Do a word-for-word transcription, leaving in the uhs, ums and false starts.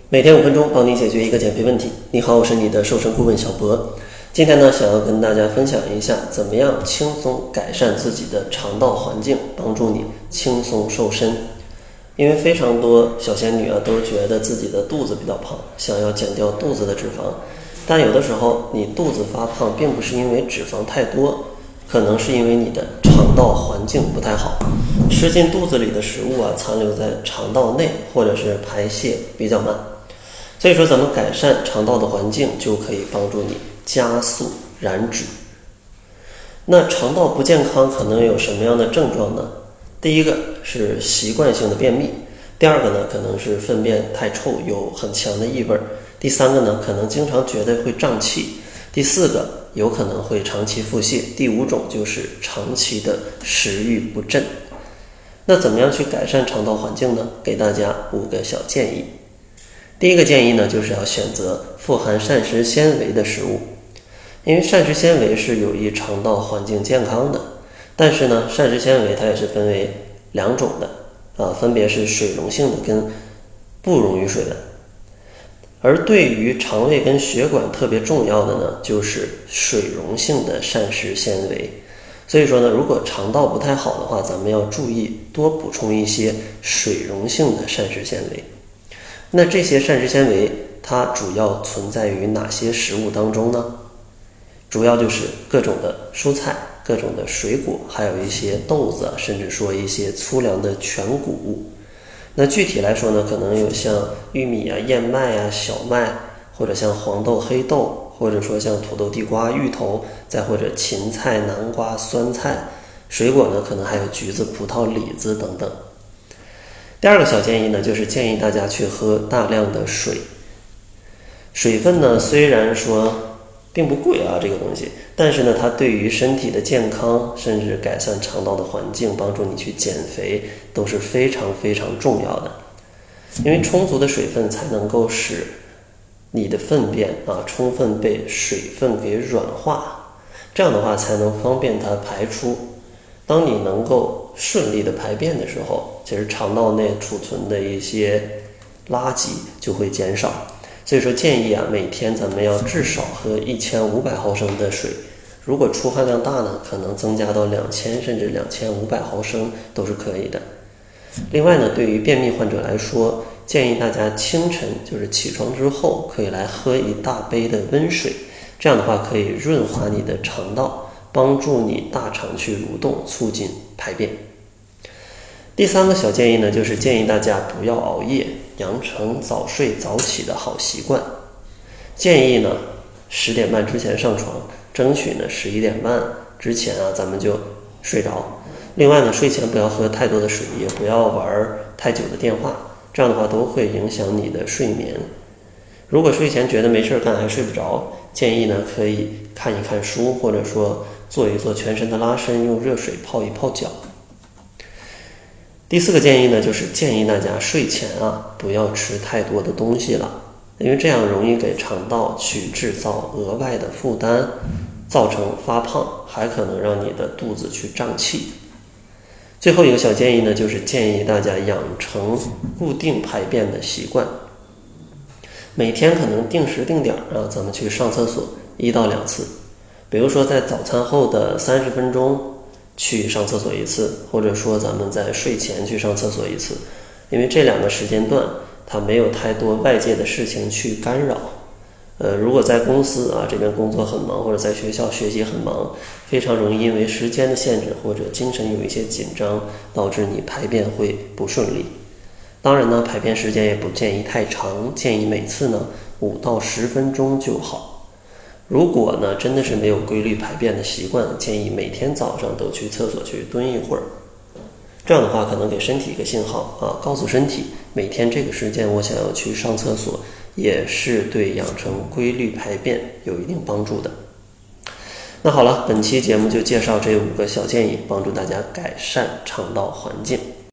每天五分钟，帮你解决一个减肥问题。你好，我是你的瘦身顾问小博。今天呢，想要跟大家分享一下，怎么样轻松改善自己的肠道环境，帮助你轻松瘦身。因为非常多小仙女啊，都觉得自己的肚子比较胖，想要减掉肚子的脂肪。但有的时候，你肚子发胖，并不是因为脂肪太多，可能是因为你的肠道环境不太好，吃进肚子里的食物啊，残留在肠道内，或者是排泄比较慢。所以说，咱们改善肠道的环境，就可以帮助你加速燃脂。那肠道不健康可能有什么样的症状呢？第一个是习惯性的便秘，第二个呢可能是粪便太臭，有很强的异味，第三个呢可能经常觉得会胀气，第四个有可能会长期腹泻，第五种就是长期的食欲不振。那怎么样去改善肠道环境呢？给大家五个小建议。第一个建议呢，就是要选择富含膳食纤维的食物，因为膳食纤维是有益肠道环境健康的。但是呢，膳食纤维它也是分为两种的啊，分别是水溶性的跟不溶于水的。而对于肠胃跟血管特别重要的呢，就是水溶性的膳食纤维。所以说呢，如果肠道不太好的话，咱们要注意多补充一些水溶性的膳食纤维。那这些膳食纤维它主要存在于哪些食物当中呢？主要就是各种的蔬菜、各种的水果，还有一些豆子，甚至说一些粗粮的全谷物。那具体来说呢，可能有像玉米啊、燕麦啊、小麦，或者像黄豆、黑豆，或者说像土豆、地瓜、芋头，再或者芹菜、南瓜、酸菜。水果呢，可能还有橘子、葡萄、李子等等。第二个小建议呢，就是建议大家去喝大量的水。水分呢，虽然说并不贵啊，这个东西，但是呢，它对于身体的健康，甚至改善肠道的环境，帮助你去减肥，都是非常非常重要的。因为充足的水分才能够使你的粪便啊充分被水分给软化，这样的话才能方便它排出。当你能够顺利的排便的时候，其实肠道内储存的一些垃圾就会减少。所以说建议啊，每天咱们要至少喝一千五百毫升的水，如果出汗量大呢，可能增加到两千甚至两千五百毫升都是可以的。另外呢，对于便秘患者来说，建议大家清晨就是起床之后可以来喝一大杯的温水，这样的话可以润滑你的肠道，帮助你大肠去蠕动，促进排便。第三个小建议呢，就是建议大家不要熬夜，养成早睡早起的好习惯。建议呢，十点半之前上床，争取呢十一点半之前啊，咱们就睡着。另外呢，睡前不要喝太多的水，也不要玩太久的电话，这样的话都会影响你的睡眠。如果睡前觉得没事干还睡不着，建议呢可以看一看书，或者说做一做全身的拉伸，用热水泡一泡脚。第四个建议呢，就是建议大家睡前啊不要吃太多的东西了，因为这样容易给肠道去制造额外的负担，造成发胖，还可能让你的肚子去胀气。最后一个小建议呢，就是建议大家养成固定排便的习惯，每天可能定时定点啊，咱们去上厕所一到两次，比如说在早餐后的三十分钟去上厕所一次，或者说咱们在睡前去上厕所一次，因为这两个时间段它没有太多外界的事情去干扰。呃，如果在公司啊这边工作很忙，或者在学校学习很忙，非常容易因为时间的限制或者精神有一些紧张，导致你排便会不顺利。当然呢，排便时间也不建议太长，建议每次呢五到十分钟就好。如果呢真的是没有规律排便的习惯，建议每天早上都去厕所去蹲一会儿，这样的话可能给身体一个信号啊，告诉身体每天这个时间我想要去上厕所，也是对养成规律排便有一定帮助的。那好了，本期节目就介绍这五个小建议，帮助大家改善肠道环境。